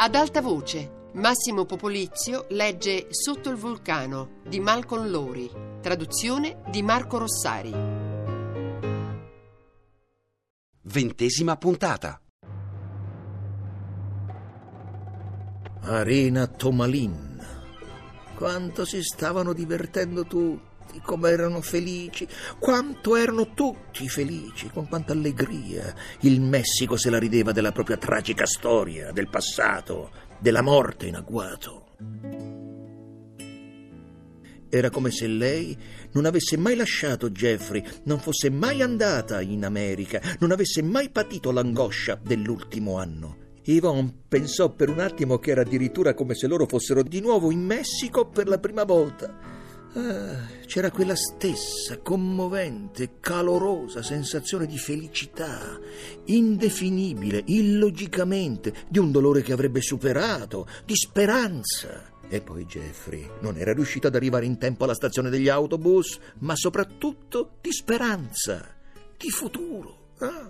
Ad alta voce, Massimo Popolizio legge Sotto il vulcano di Malcolm Lowry, traduzione di Marco Rossari. 20ª puntata. Arena Tomalin. Quanto si stavano divertendo tutti, come erano felici, quanto erano tutti felici, con quanta allegria. Il Messico se la rideva della propria tragica storia, del passato, della morte in agguato. Era come se lei non avesse mai lasciato Jeffrey, non fosse mai andata in America, non avesse mai patito l'angoscia dell'ultimo anno. Yvonne pensò per un attimo che era addirittura come se loro fossero di nuovo in Messico per la prima volta. C'era quella stessa commovente, calorosa sensazione di felicità, indefinibile, illogicamente, di un dolore che avrebbe superato, di speranza. E poi Jeffrey non era riuscito ad arrivare in tempo alla stazione degli autobus, ma soprattutto di speranza, di futuro.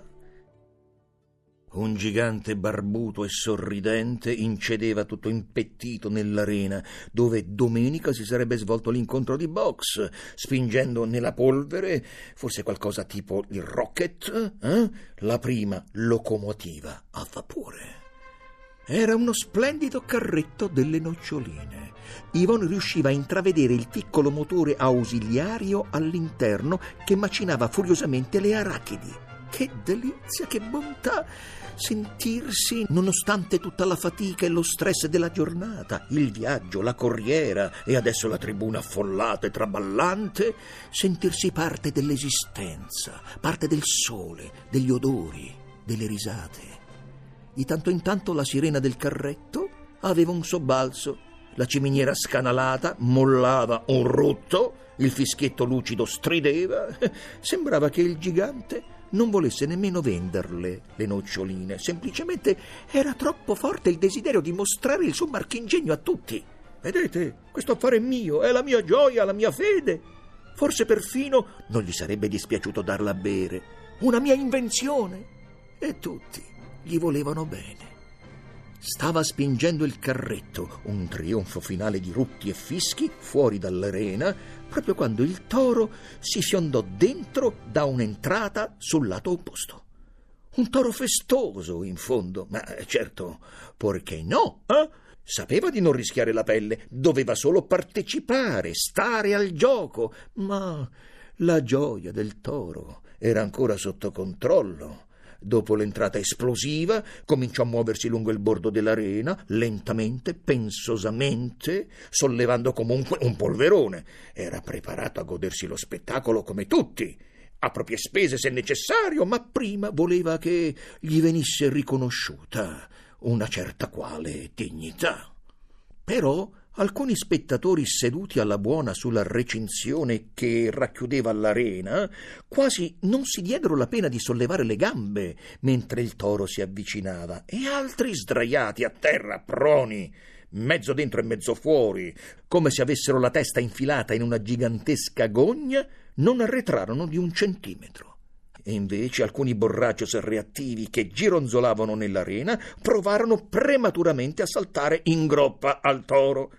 Un gigante barbuto e sorridente incedeva tutto impettito nell'arena, dove domenica si sarebbe svolto l'incontro di box, spingendo nella polvere forse qualcosa tipo il Rocket, la prima locomotiva a vapore. Era uno splendido carretto delle noccioline. Yvonne riusciva a intravedere il piccolo motore ausiliario all'interno che macinava furiosamente le arachidi. Che delizia, che bontà sentirsi, nonostante tutta la fatica e lo stress della giornata, il viaggio, la corriera e adesso la tribuna affollata e traballante, sentirsi parte dell'esistenza, parte del sole, degli odori, delle risate. Di tanto in tanto la sirena del carretto aveva un sobbalzo, la ciminiera scanalata mollava un rutto, il fischietto lucido strideva. Sembrava che il gigante non volesse nemmeno venderle le noccioline, semplicemente era troppo forte il desiderio di mostrare il suo marchingegno a tutti. Vedete, questo affare è mio, è la mia gioia, la mia fede. Forse perfino non gli sarebbe dispiaciuto darla a bere, una mia invenzione. E tutti gli volevano bene. Stava spingendo il carretto, un trionfo finale di rutti e fischi, fuori dall'arena, proprio quando il toro si fiondò dentro da un'entrata sul lato opposto. Un toro festoso, in fondo, ma certo, perché no? Sapeva di non rischiare la pelle, doveva solo partecipare, stare al gioco, ma la gioia del toro era ancora sotto controllo. Dopo l'entrata esplosiva, cominciò a muoversi lungo il bordo dell'arena, lentamente, pensosamente, sollevando comunque un polverone. Era preparato a godersi lo spettacolo come tutti, a proprie spese se necessario, ma prima voleva che gli venisse riconosciuta una certa quale dignità. Però alcuni spettatori seduti alla buona sulla recinzione che racchiudeva l'arena quasi non si diedero la pena di sollevare le gambe mentre il toro si avvicinava, e altri sdraiati a terra, proni, mezzo dentro e mezzo fuori, come se avessero la testa infilata in una gigantesca gogna, non arretrarono di 1 centimetro. E invece alcuni borrachos reattivi che gironzolavano nell'arena provarono prematuramente a saltare in groppa al toro.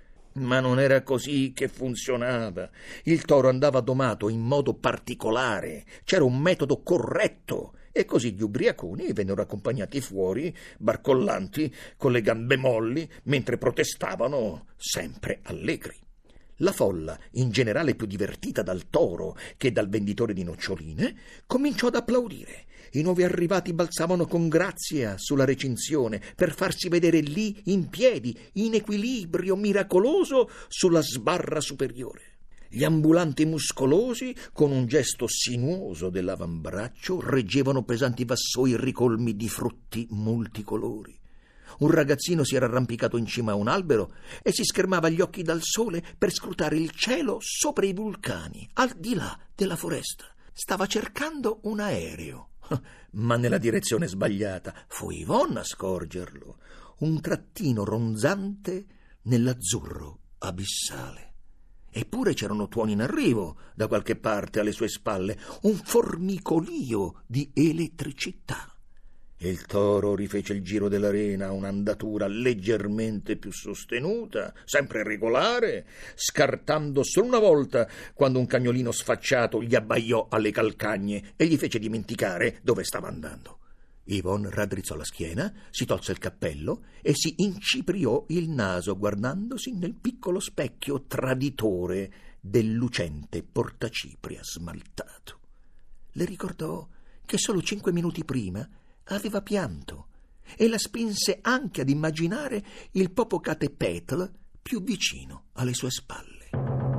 Ma non era così che funzionava. Il toro andava domato in modo particolare, c'era un metodo corretto, e così gli ubriaconi vennero accompagnati fuori, barcollanti, con le gambe molli, mentre protestavano sempre allegri. La folla, in generale più divertita dal toro che dal venditore di noccioline, cominciò ad applaudire. I nuovi arrivati balzavano con grazia sulla recinzione per farsi vedere lì in piedi, in equilibrio miracoloso sulla sbarra superiore. Gli ambulanti muscolosi, con un gesto sinuoso dell'avambraccio, reggevano pesanti vassoi ricolmi di frutti multicolori. Un ragazzino si era arrampicato in cima a un albero e si schermava gli occhi dal sole per scrutare il cielo sopra i vulcani, al di là della foresta. Stava cercando un aereo, ma nella direzione sbagliata. Fu Yvonne a scorgerlo, un trattino ronzante nell'azzurro abissale. Eppure c'erano tuoni in arrivo da qualche parte alle sue spalle, un formicolio di elettricità. Il toro rifece il giro dell'arena a un'andatura leggermente più sostenuta, sempre regolare, scartando solo una volta quando un cagnolino sfacciato gli abbaiò alle calcagne e gli fece dimenticare dove stava andando. Yvonne raddrizzò la schiena, si tolse il cappello e si incipriò il naso guardandosi nel piccolo specchio traditore del lucente portacipria smaltato. Le ricordò che solo 5 minuti prima aveva pianto e la spinse anche ad immaginare il Popocatépetl più vicino alle sue spalle.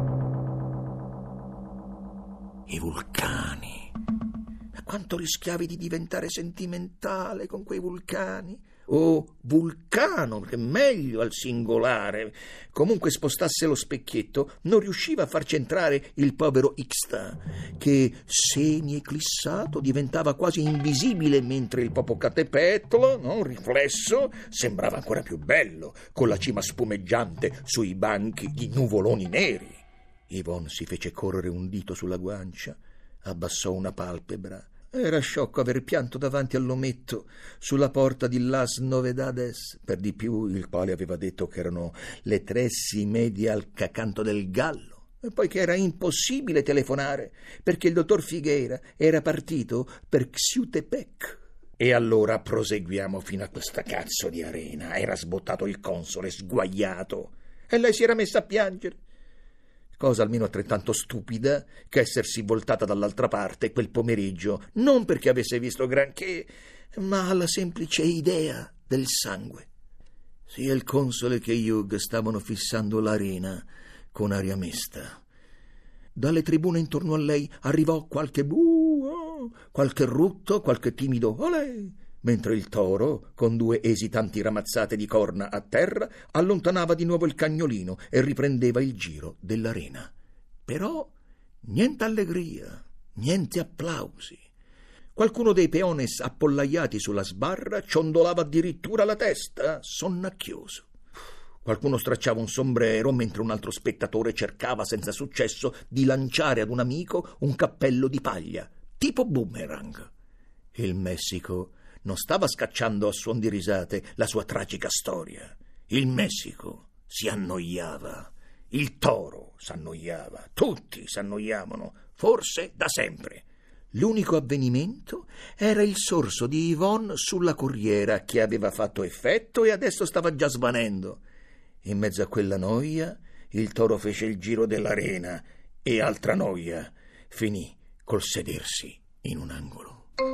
I vulcani. Quanto rischiavi di diventare sentimentale con quei vulcani? O vulcano, che è meglio al singolare. Comunque spostasse lo specchietto, non riusciva a farci entrare il povero Ixta, che semi-eclissato diventava quasi invisibile, mentre il Popocatépetl, no, riflesso, sembrava ancora più bello, con la cima spumeggiante sui banchi di nuvoloni neri. Yvonne si fece correre un dito sulla guancia, abbassò una palpebra. Era sciocco aver pianto davanti all'ometto sulla porta di Las Novedades, per di più il quale aveva detto che erano le 3:30 al cacanto del gallo, e poi che era impossibile telefonare perché il dottor Figueira era partito per Xiutepec. E allora proseguiamo fino a questa cazzo di arena. Era sbottato il console, sguaiato, e lei si era messa a piangere. Cosa almeno altrettanto stupida che essersi voltata dall'altra parte quel pomeriggio, non perché avesse visto granché, ma alla semplice idea del sangue. Sia il console che Hugh stavano fissando l'arena con aria mesta. Dalle tribune intorno a lei arrivò qualche buh, qualche rutto, qualche timido olè, mentre il toro, con 2 esitanti ramazzate di corna a terra, allontanava di nuovo il cagnolino e riprendeva il giro dell'arena. Però niente allegria, niente applausi. Qualcuno dei peones appollaiati sulla sbarra ciondolava addirittura la testa, sonnacchioso. Qualcuno stracciava un sombrero, mentre un altro spettatore cercava senza successo di lanciare ad un amico un cappello di paglia, tipo boomerang. Il Messico non stava scacciando a suon di risate la sua tragica storia. Il Messico si annoiava, il toro s'annoiava, tutti s'annoiavano, forse da sempre. L'unico avvenimento era il sorso di Yvonne sulla corriera, che aveva fatto effetto e adesso stava già svanendo. In mezzo a quella noia il toro fece il giro dell'arena e, altra noia, finì col sedersi in un angolo.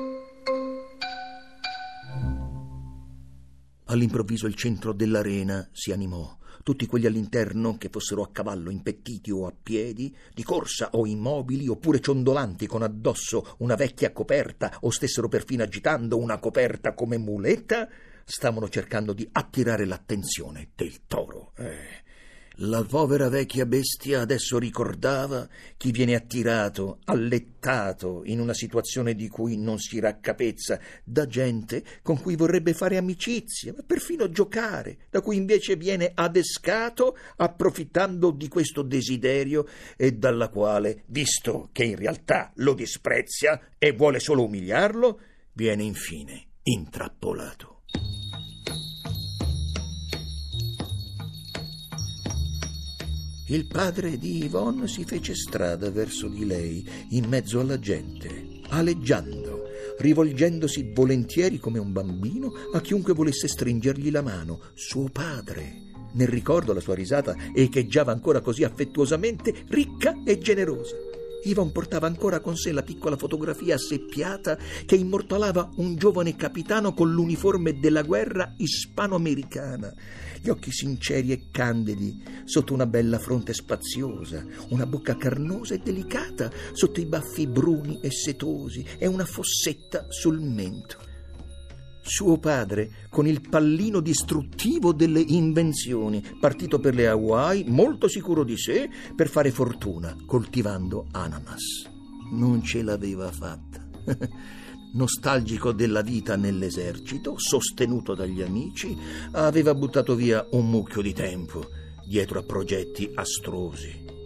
All'improvviso il centro dell'arena si animò. Tutti quelli all'interno, che fossero a cavallo, impettiti o a piedi, di corsa o immobili, oppure ciondolanti con addosso una vecchia coperta o stessero perfino agitando una coperta come muletta, stavano cercando di attirare l'attenzione del toro. La povera vecchia bestia adesso ricordava chi viene attirato, allettato in una situazione di cui non si raccapezza, da gente con cui vorrebbe fare amicizia, ma perfino giocare, da cui invece viene adescato approfittando di questo desiderio e dalla quale, visto che in realtà lo disprezza e vuole solo umiliarlo, viene infine intrappolato. Il padre di Yvonne si fece strada verso di lei, in mezzo alla gente, aleggiando, rivolgendosi volentieri come un bambino a chiunque volesse stringergli la mano. Suo padre. Nel ricordo la sua risata echeggiava ancora così affettuosamente, ricca e generosa. Yvonne portava ancora con sé la piccola fotografia seppiata che immortalava un giovane capitano con l'uniforme della guerra ispano-americana, gli occhi sinceri e candidi sotto una bella fronte spaziosa, una bocca carnosa e delicata sotto i baffi bruni e setosi e una fossetta sul mento. Suo padre, con il pallino distruttivo delle invenzioni, partito per le Hawaii, molto sicuro di sé, per fare fortuna coltivando ananas. Non ce l'aveva fatta. Nostalgico della vita nell'esercito, sostenuto dagli amici, aveva buttato via un mucchio di tempo dietro a progetti astrosi.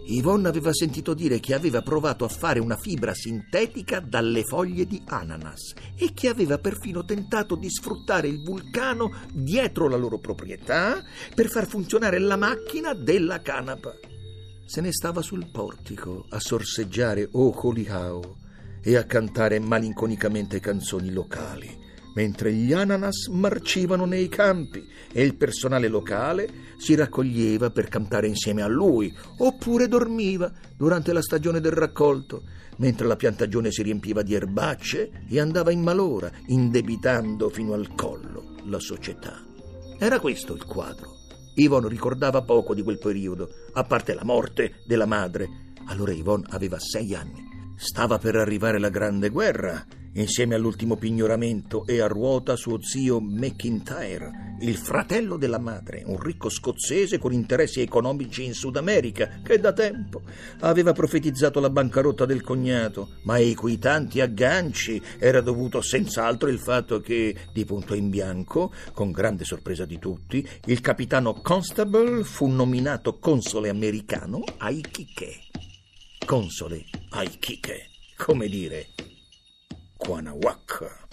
Yvonne aveva sentito dire che aveva provato a fare una fibra sintetica dalle foglie di ananas e che aveva perfino tentato di sfruttare il vulcano dietro la loro proprietà per far funzionare la macchina della canapa. Se ne stava sul portico a sorseggiare Okolihao e a cantare malinconicamente canzoni locali, mentre gli ananas marcivano nei campi e il personale locale si raccoglieva per cantare insieme a lui, oppure dormiva durante la stagione del raccolto, mentre la piantagione si riempiva di erbacce e andava in malora, indebitando fino al collo la società. Era questo il quadro. Yvonne ricordava poco di quel periodo, a parte la morte della madre. Allora Yvonne aveva 6 anni. Stava per arrivare la Grande Guerra, insieme all'ultimo pignoramento, e a ruota suo zio McIntyre, il fratello della madre, un ricco scozzese con interessi economici in Sud America, che da tempo aveva profetizzato la bancarotta del cognato, ma ai cui tanti agganci era dovuto senz'altro il fatto che, di punto in bianco, con grande sorpresa di tutti, il capitano Constable fu nominato console americano a Iquique. Console a Iquique, come dire Cuernavaca.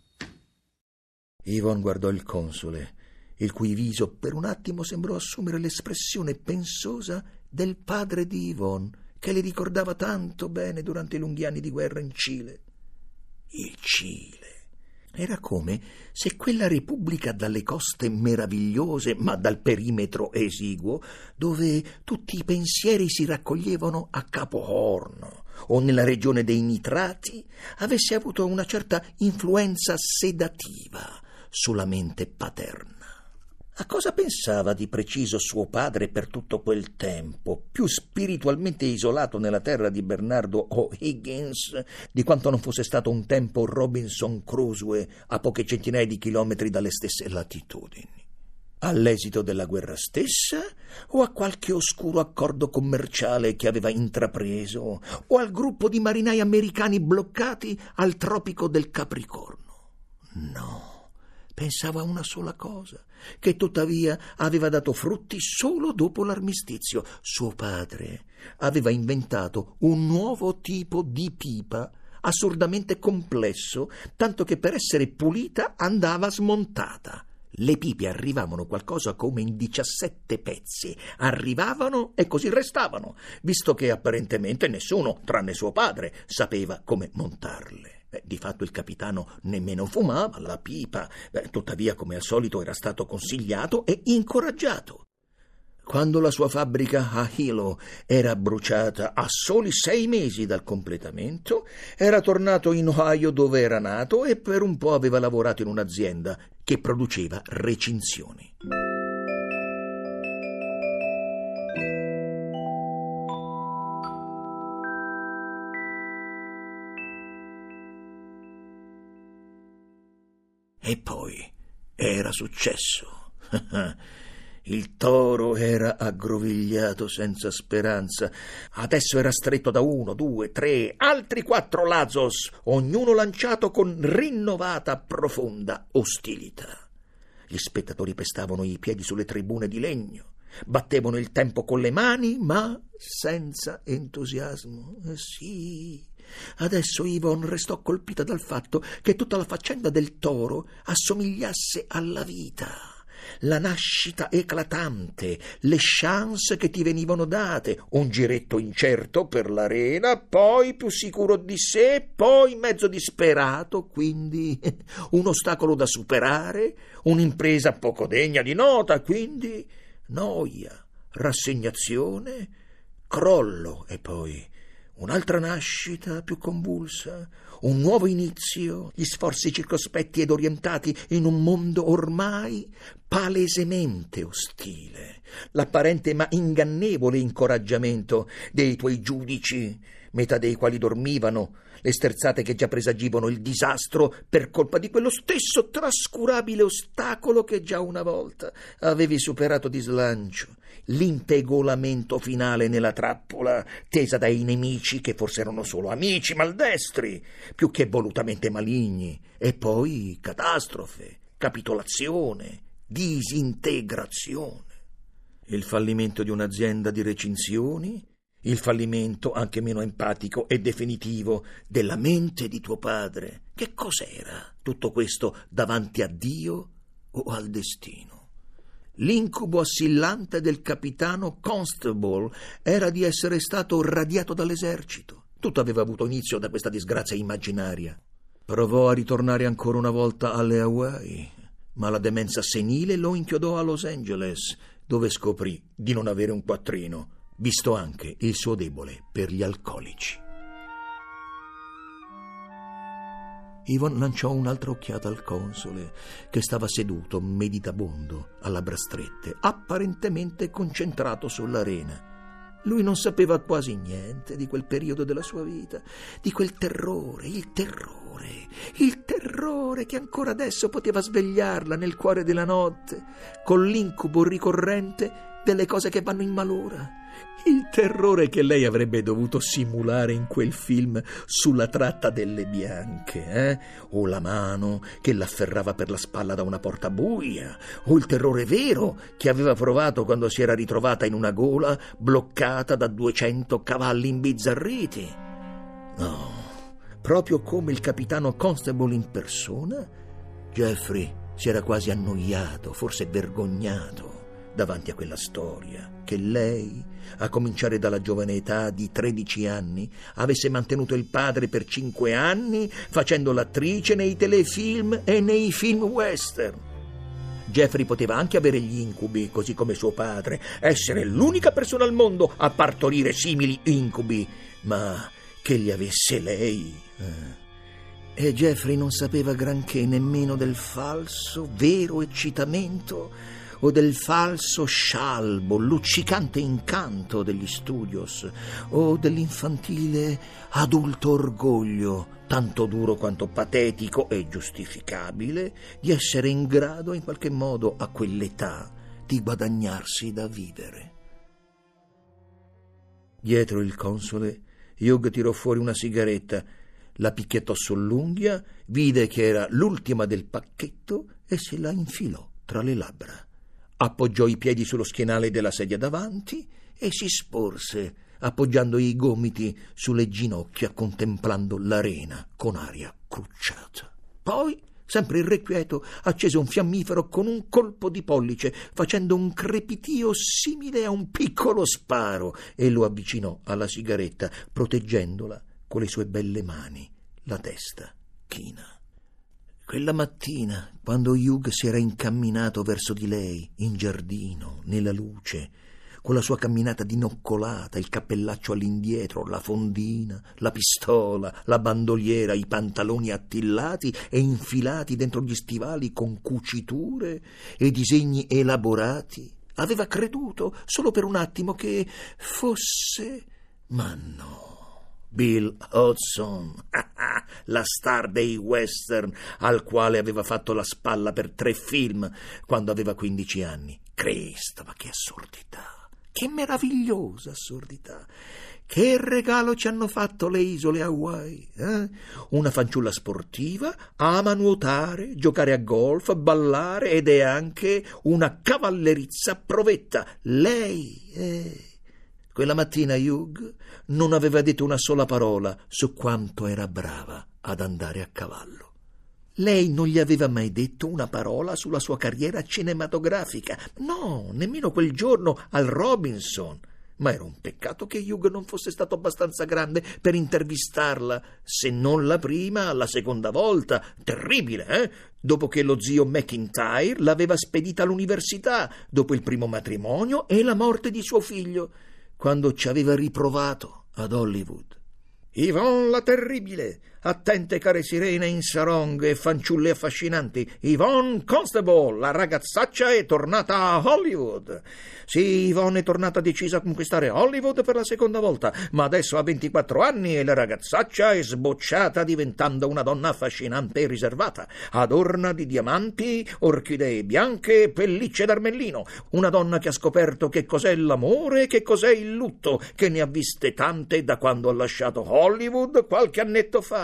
Yvonne guardò il console, il cui viso per un attimo sembrò assumere l'espressione pensosa del padre di Yvonne, che le ricordava tanto bene durante i lunghi anni di guerra in Cile. Il Cile. Era come se quella repubblica dalle coste meravigliose ma dal perimetro esiguo, dove tutti i pensieri si raccoglievano a Capo Horno o nella regione dei nitrati, avesse avuto una certa influenza sedativa sulla mente paterna. A cosa pensava di preciso suo padre per tutto quel tempo, più spiritualmente isolato nella terra di Bernardo O'Higgins di quanto non fosse stato un tempo Robinson Crusoe a poche centinaia di chilometri dalle stesse latitudini? All'esito della guerra stessa, o a qualche oscuro accordo commerciale che aveva intrapreso, o al gruppo di marinai americani bloccati al tropico del Capricorno? No. Pensava a una sola cosa, che tuttavia aveva dato frutti solo dopo l'armistizio. Suo padre aveva inventato un nuovo tipo di pipa, assurdamente complesso, tanto che per essere pulita andava smontata. Le pipe arrivavano qualcosa come in 17 pezzi, arrivavano e così restavano, visto che apparentemente nessuno, tranne suo padre, sapeva come montarle. Di fatto il capitano nemmeno fumava la pipa, tuttavia come al solito era stato consigliato e incoraggiato. Quando la sua fabbrica a Hilo era bruciata a soli 6 mesi dal completamento, era tornato in Ohio dove era nato e per un po' aveva lavorato in un'azienda che produceva recinzioni. E poi era successo. Il toro era aggrovigliato senza speranza. Adesso era stretto da 1, 2, 3, altri 4 lazos, ognuno lanciato con rinnovata profonda ostilità. Gli spettatori pestavano i piedi sulle tribune di legno, battevano il tempo con le mani, ma senza entusiasmo. Sì. Adesso Yvonne restò colpita dal fatto che tutta la faccenda del toro assomigliasse alla vita. La nascita eclatante, le chance che ti venivano date, un giretto incerto per l'arena, poi più sicuro di sé, poi mezzo disperato, quindi un ostacolo da superare, un'impresa poco degna di nota, quindi noia, rassegnazione, crollo e poi un'altra nascita più convulsa, un nuovo inizio, gli sforzi circospetti ed orientati in un mondo ormai palesemente ostile, l'apparente ma ingannevole incoraggiamento dei tuoi giudici, metà dei quali dormivano, le sterzate che già presagivano il disastro per colpa di quello stesso trascurabile ostacolo che già una volta avevi superato di slancio, l'impegolamento finale nella trappola tesa dai nemici che forse erano solo amici maldestri, più che volutamente maligni, e poi catastrofe, capitolazione, disintegrazione. Il fallimento di un'azienda di recinzioni, Il fallimento, anche meno empatico e definitivo, della mente di tuo padre. Che cos'era tutto questo davanti a Dio o al destino? L'incubo assillante del capitano Constable era di essere stato radiato dall'esercito. Tutto aveva avuto inizio da questa disgrazia immaginaria. Provò a ritornare ancora una volta alle Hawaii, ma la demenza senile lo inchiodò a Los Angeles, dove scoprì di non avere un quattrino, visto anche il suo debole per gli alcolici. Yvonne lanciò un'altra occhiata al console, che stava seduto, meditabondo, a labbra strette, apparentemente concentrato sull'arena. Lui non sapeva quasi niente di quel periodo della sua vita, di quel terrore, il terrore che ancora adesso poteva svegliarla nel cuore della notte, con l'incubo ricorrente delle cose che vanno in malora. Il terrore che lei avrebbe dovuto simulare in quel film sulla tratta delle bianche, o la mano che l'afferrava per la spalla da una porta buia, o il terrore vero che aveva provato quando si era ritrovata in una gola bloccata da 200 cavalli imbizzarriti. No, proprio come il capitano Constable in persona, Jeffrey si era quasi annoiato, forse vergognato, davanti a quella storia, che lei, a cominciare dalla giovane età di 13 anni, avesse mantenuto il padre per 5 anni facendo l'attrice nei telefilm e nei film western. Jeffrey poteva anche avere gli incubi, così come suo padre, essere l'unica persona al mondo a partorire simili incubi, ma che li avesse lei. E Jeffrey non sapeva granché nemmeno del falso, vero eccitamento o del falso scialbo, luccicante incanto degli studios, o dell'infantile adulto orgoglio, tanto duro quanto patetico e giustificabile, di essere in grado in qualche modo a quell'età di guadagnarsi da vivere. Dietro il console, Hugh tirò fuori una sigaretta, la picchiettò sull'unghia, vide che era l'ultima del pacchetto e se la infilò tra le labbra. Appoggiò i piedi sullo schienale della sedia davanti e si sporse, appoggiando i gomiti sulle ginocchia, contemplando l'arena con aria crucciata. Poi, sempre irrequieto, accese un fiammifero con un colpo di pollice, facendo un crepitio simile a un piccolo sparo, e lo avvicinò alla sigaretta, proteggendola con le sue belle mani, la testa china. Quella mattina, quando Hugh si era incamminato verso di lei, in giardino, nella luce, con la sua camminata dinoccolata, il cappellaccio all'indietro, la fondina, la pistola, la bandoliera, i pantaloni attillati e infilati dentro gli stivali con cuciture e disegni elaborati, aveva creduto solo per un attimo che fosse... Ma no! Bill Hudson, la star dei western, al quale aveva fatto la spalla per 3 film quando aveva 15 anni. Cristo, ma che assurdità! Che meravigliosa assurdità! Che regalo ci hanno fatto le isole Hawaii? Una fanciulla sportiva, ama nuotare, giocare a golf, ballare ed è anche una cavallerizza provetta. Lei, Quella mattina Hugh non aveva detto una sola parola su quanto era brava ad andare a cavallo. Lei non gli aveva mai detto una parola sulla sua carriera cinematografica. No, nemmeno quel giorno al Robinson. Ma era un peccato che Hugh non fosse stato abbastanza grande per intervistarla, se non la prima, la seconda volta. Terribile, dopo che lo zio McIntyre l'aveva spedita all'università, dopo il primo matrimonio e la morte di suo figlio, quando ci aveva riprovato ad Hollywood. Yvonne la terribile, attente care sirene in sarong e fanciulle affascinanti. Yvonne Constable, la ragazzaccia è tornata a Hollywood. Sì, Yvonne è tornata decisa a conquistare Hollywood per la seconda volta, ma adesso ha 24 anni e la ragazzaccia è sbocciata diventando una donna affascinante e riservata, adorna di diamanti, orchidee bianche e pellicce d'armellino. Una donna che ha scoperto che cos'è l'amore e che cos'è il lutto, che ne ha viste tante da quando ha lasciato Hollywood qualche annetto fa.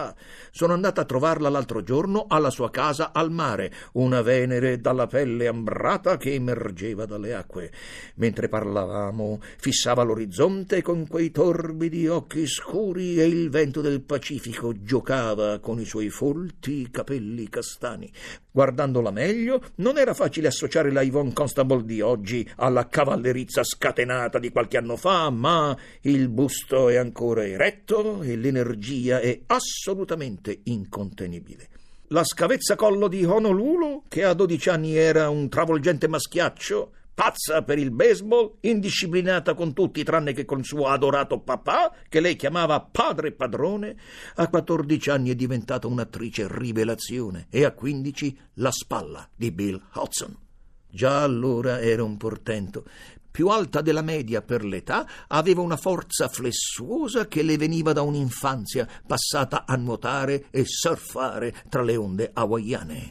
sa. Sono andata a trovarla l'altro giorno alla sua casa al mare, una Venere dalla pelle ambrata che emergeva dalle acque. Mentre parlavamo, fissava l'orizzonte con quei torbidi occhi scuri e il vento del Pacifico giocava con i suoi folti capelli castani. Guardandola meglio, non era facile associare la Yvonne Constable di oggi alla cavallerizza scatenata di qualche anno fa, ma il busto è ancora eretto e l'energia è assolutamente incontenibile. La scavezzacollo di Honolulu, che a 12 anni era un travolgente maschiaccio, pazza per il baseball, indisciplinata con tutti tranne che con suo adorato papà, che lei chiamava padre padrone, a 14 anni è diventata un'attrice rivelazione e a 15 la spalla di Bill Hudson. Già allora era un portento. Più alta della media per l'età, aveva una forza flessuosa che le veniva da un'infanzia passata a nuotare e surfare tra le onde hawaiane.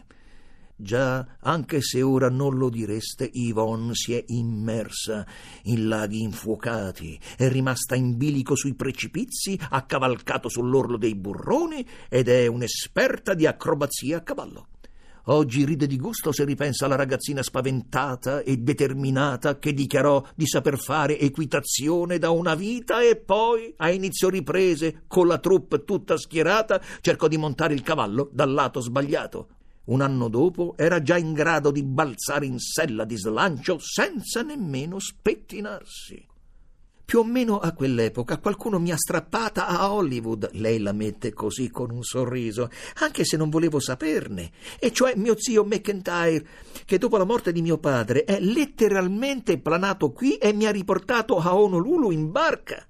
Già, anche se ora non lo direste, Yvonne si è immersa in laghi infuocati, è rimasta in bilico sui precipizi, ha cavalcato sull'orlo dei burroni ed è un'esperta di acrobazia a cavallo. Oggi ride di gusto se ripensa alla ragazzina spaventata e determinata che dichiarò di saper fare equitazione da una vita e poi, a inizio riprese, con la troupe tutta schierata, cercò di montare il cavallo dal lato sbagliato. Un anno dopo era già in grado di balzare in sella di slancio senza nemmeno spettinarsi. Più o meno a quell'epoca qualcuno mi ha strappata a Hollywood, lei la mette così con un sorriso, anche se non volevo saperne, e cioè mio zio McIntyre, che dopo la morte di mio padre è letteralmente planato qui e mi ha riportato a Honolulu in barca.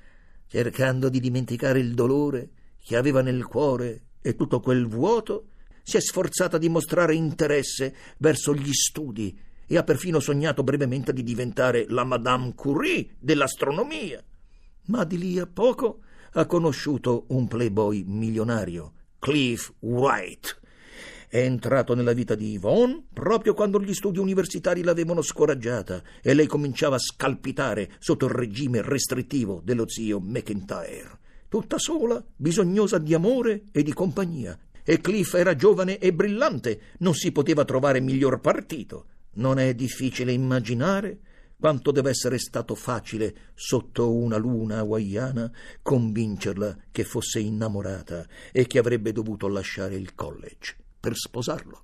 Cercando di dimenticare il dolore che aveva nel cuore e tutto quel vuoto, si è sforzata di mostrare interesse verso gli studi e ha perfino sognato brevemente di diventare la Madame Curie dell'astronomia. Ma di lì a poco ha conosciuto un playboy milionario, Cliff Wright. È entrato nella vita di Yvonne proprio quando gli studi universitari l'avevano scoraggiata e lei cominciava a scalpitare sotto il regime restrittivo dello zio McIntyre. Tutta sola, bisognosa di amore e di compagnia. E Cliff era giovane e brillante, non si poteva trovare miglior partito. Non è difficile immaginare quanto deve essere stato facile, sotto una luna hawaiana, convincerla che fosse innamorata e che avrebbe dovuto lasciare il college per sposarlo.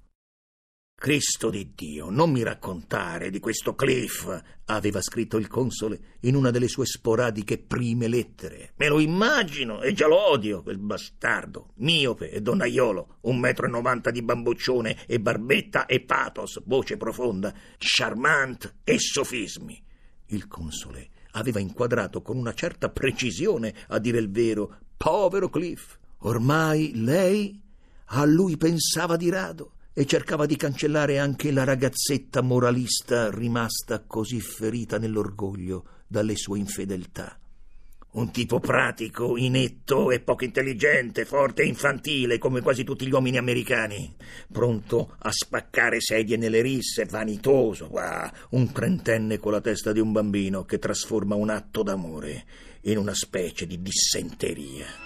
«Cristo di Dio, non mi raccontare di questo Cliff», aveva scritto il console in una delle sue sporadiche prime lettere. «Me lo immagino e già lo odio, quel bastardo, miope e donnaiolo, 1,90 m di bamboccione e barbetta e pathos, voce profonda, charmante e sofismi». Il console aveva inquadrato con una certa precisione, a dire il vero, povero Cliff. Ormai lei a lui pensava di rado e cercava di cancellare anche la ragazzetta moralista rimasta così ferita nell'orgoglio dalle sue infedeltà. Un tipo pratico, inetto e poco intelligente, forte e infantile come quasi tutti gli uomini americani, pronto a spaccare sedie nelle risse, vanitoso, un trentenne con la testa di un bambino che trasforma un atto d'amore in una specie di dissenteria.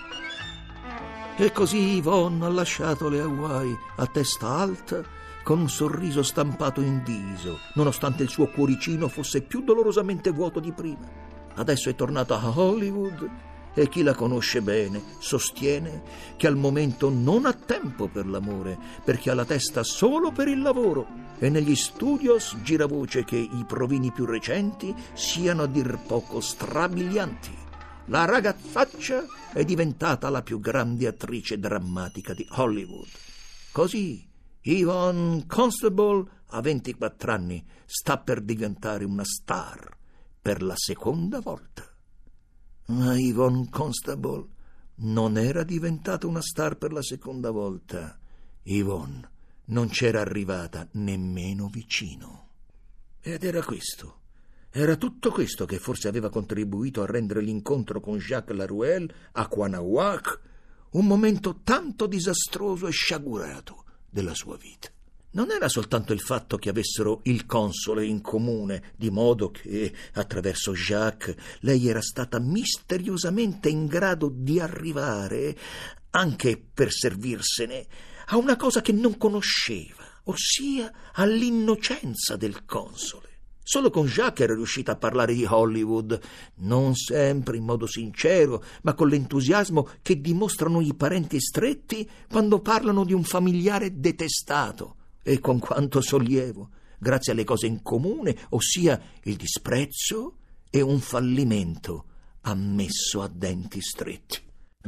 E così Yvonne ha lasciato le Hawaii a testa alta, con un sorriso stampato in viso, nonostante il suo cuoricino fosse più dolorosamente vuoto di prima. Adesso è tornata a Hollywood e chi la conosce bene sostiene che al momento non ha tempo per l'amore, perché ha la testa solo per il lavoro, e negli studios gira voce che i provini più recenti siano a dir poco strabilianti. La ragazzaccia è diventata la più grande attrice drammatica di Hollywood. Così Yvonne Constable, a 24 anni, sta per diventare una star per la seconda volta. Ma Yvonne Constable non era diventata una star per la seconda volta. Yvonne non c'era arrivata nemmeno vicino. Ed era questo. Era tutto questo che forse aveva contribuito a rendere l'incontro con Jacques Laruelle a Quanauac un momento tanto disastroso e sciagurato della sua vita. Non era soltanto il fatto che avessero il console in comune, di modo che, attraverso Jacques, lei era stata misteriosamente in grado di arrivare anche per servirsene a una cosa che non conosceva, ossia all'innocenza del console. Solo con Jacques era riuscita a parlare di Hollywood, non sempre in modo sincero, ma con l'entusiasmo che dimostrano i parenti stretti quando parlano di un familiare detestato, e con quanto sollievo, grazie alle cose in comune, ossia il disprezzo e un fallimento ammesso a denti stretti.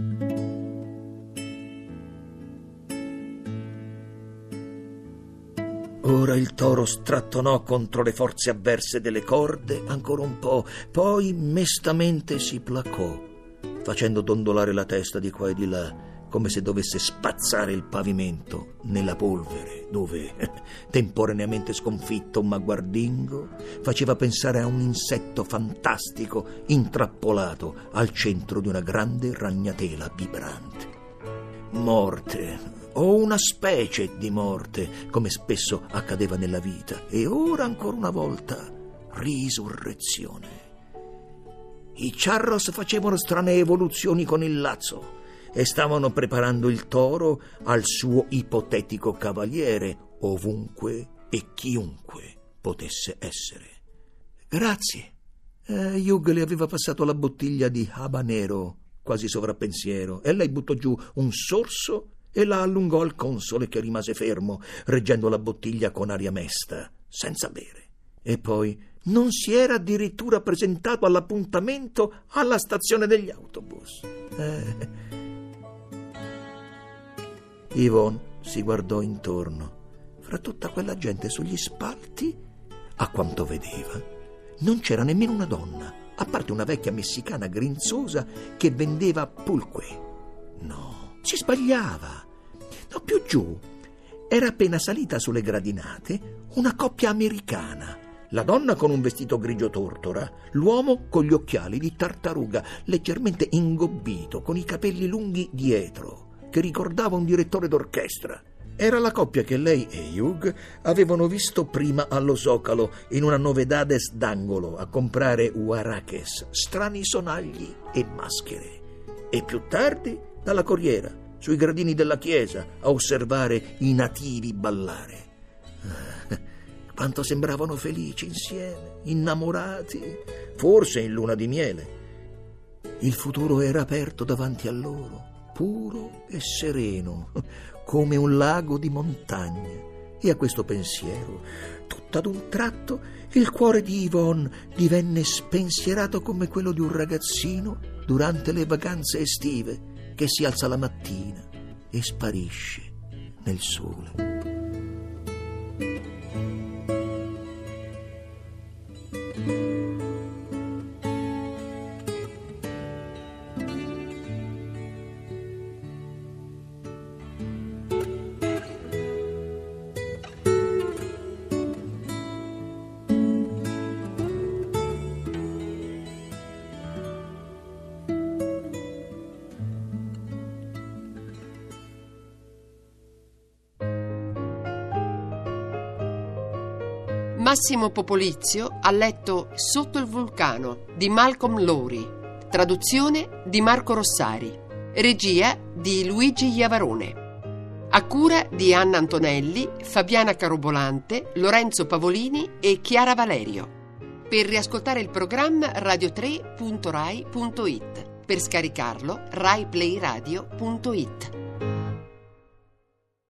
Ora il toro strattonò contro le forze avverse delle corde ancora un po', poi mestamente si placò, facendo dondolare la testa di qua e di là, come se dovesse spazzare il pavimento nella polvere, dove, temporaneamente sconfitto, un maguardingo faceva pensare a un insetto fantastico intrappolato al centro di una grande ragnatela vibrante. Morte, o una specie di morte, come spesso accadeva nella vita, e ora ancora una volta risurrezione. I charros facevano strane evoluzioni con il lazzo e stavano preparando il toro al suo ipotetico cavaliere, ovunque e chiunque potesse essere. Grazie. Hugh le aveva passato la bottiglia di habanero, quasi sovrappensiero, e lei buttò giù un sorso e la allungò al console, che rimase fermo, reggendo la bottiglia con aria mesta, senza bere. E poi non si era addirittura presentato all'appuntamento alla stazione degli autobus. Yvonne si guardò intorno. Fra tutta quella gente sugli spalti, a quanto vedeva, non c'era nemmeno una donna, a parte una vecchia messicana grinzosa che vendeva pulque. No, si sbagliava. No, più giù era appena salita sulle gradinate una coppia americana. La donna con un vestito grigio tortora, l'uomo con gli occhiali di tartaruga, leggermente ingobbito, con i capelli lunghi dietro, che ricordava un direttore d'orchestra. Era la coppia che lei e Hugh avevano visto prima allo Zocalo, in una novedades d'angolo, a comprare huaraches, strani sonagli e maschere. E più tardi dalla corriera, sui gradini della chiesa, a osservare i nativi ballare. Quanto sembravano felici insieme, innamorati, forse in luna di miele. Il futuro era aperto davanti a loro, puro e sereno, come un lago di montagne. E a questo pensiero, tutto ad un tratto, il cuore di Yvonne divenne spensierato come quello di un ragazzino durante le vacanze estive, che si alza la mattina e sparisce nel sole. Massimo Popolizio ha letto Sotto il vulcano di Malcolm Lowry, traduzione di Marco Rossari, regia di Luigi Iavarone, a cura di Anna Antonelli, Fabiana Carobolante, Lorenzo Pavolini e Chiara Valerio. Per riascoltare il programma radio3.rai.it, per scaricarlo raiplayradio.it.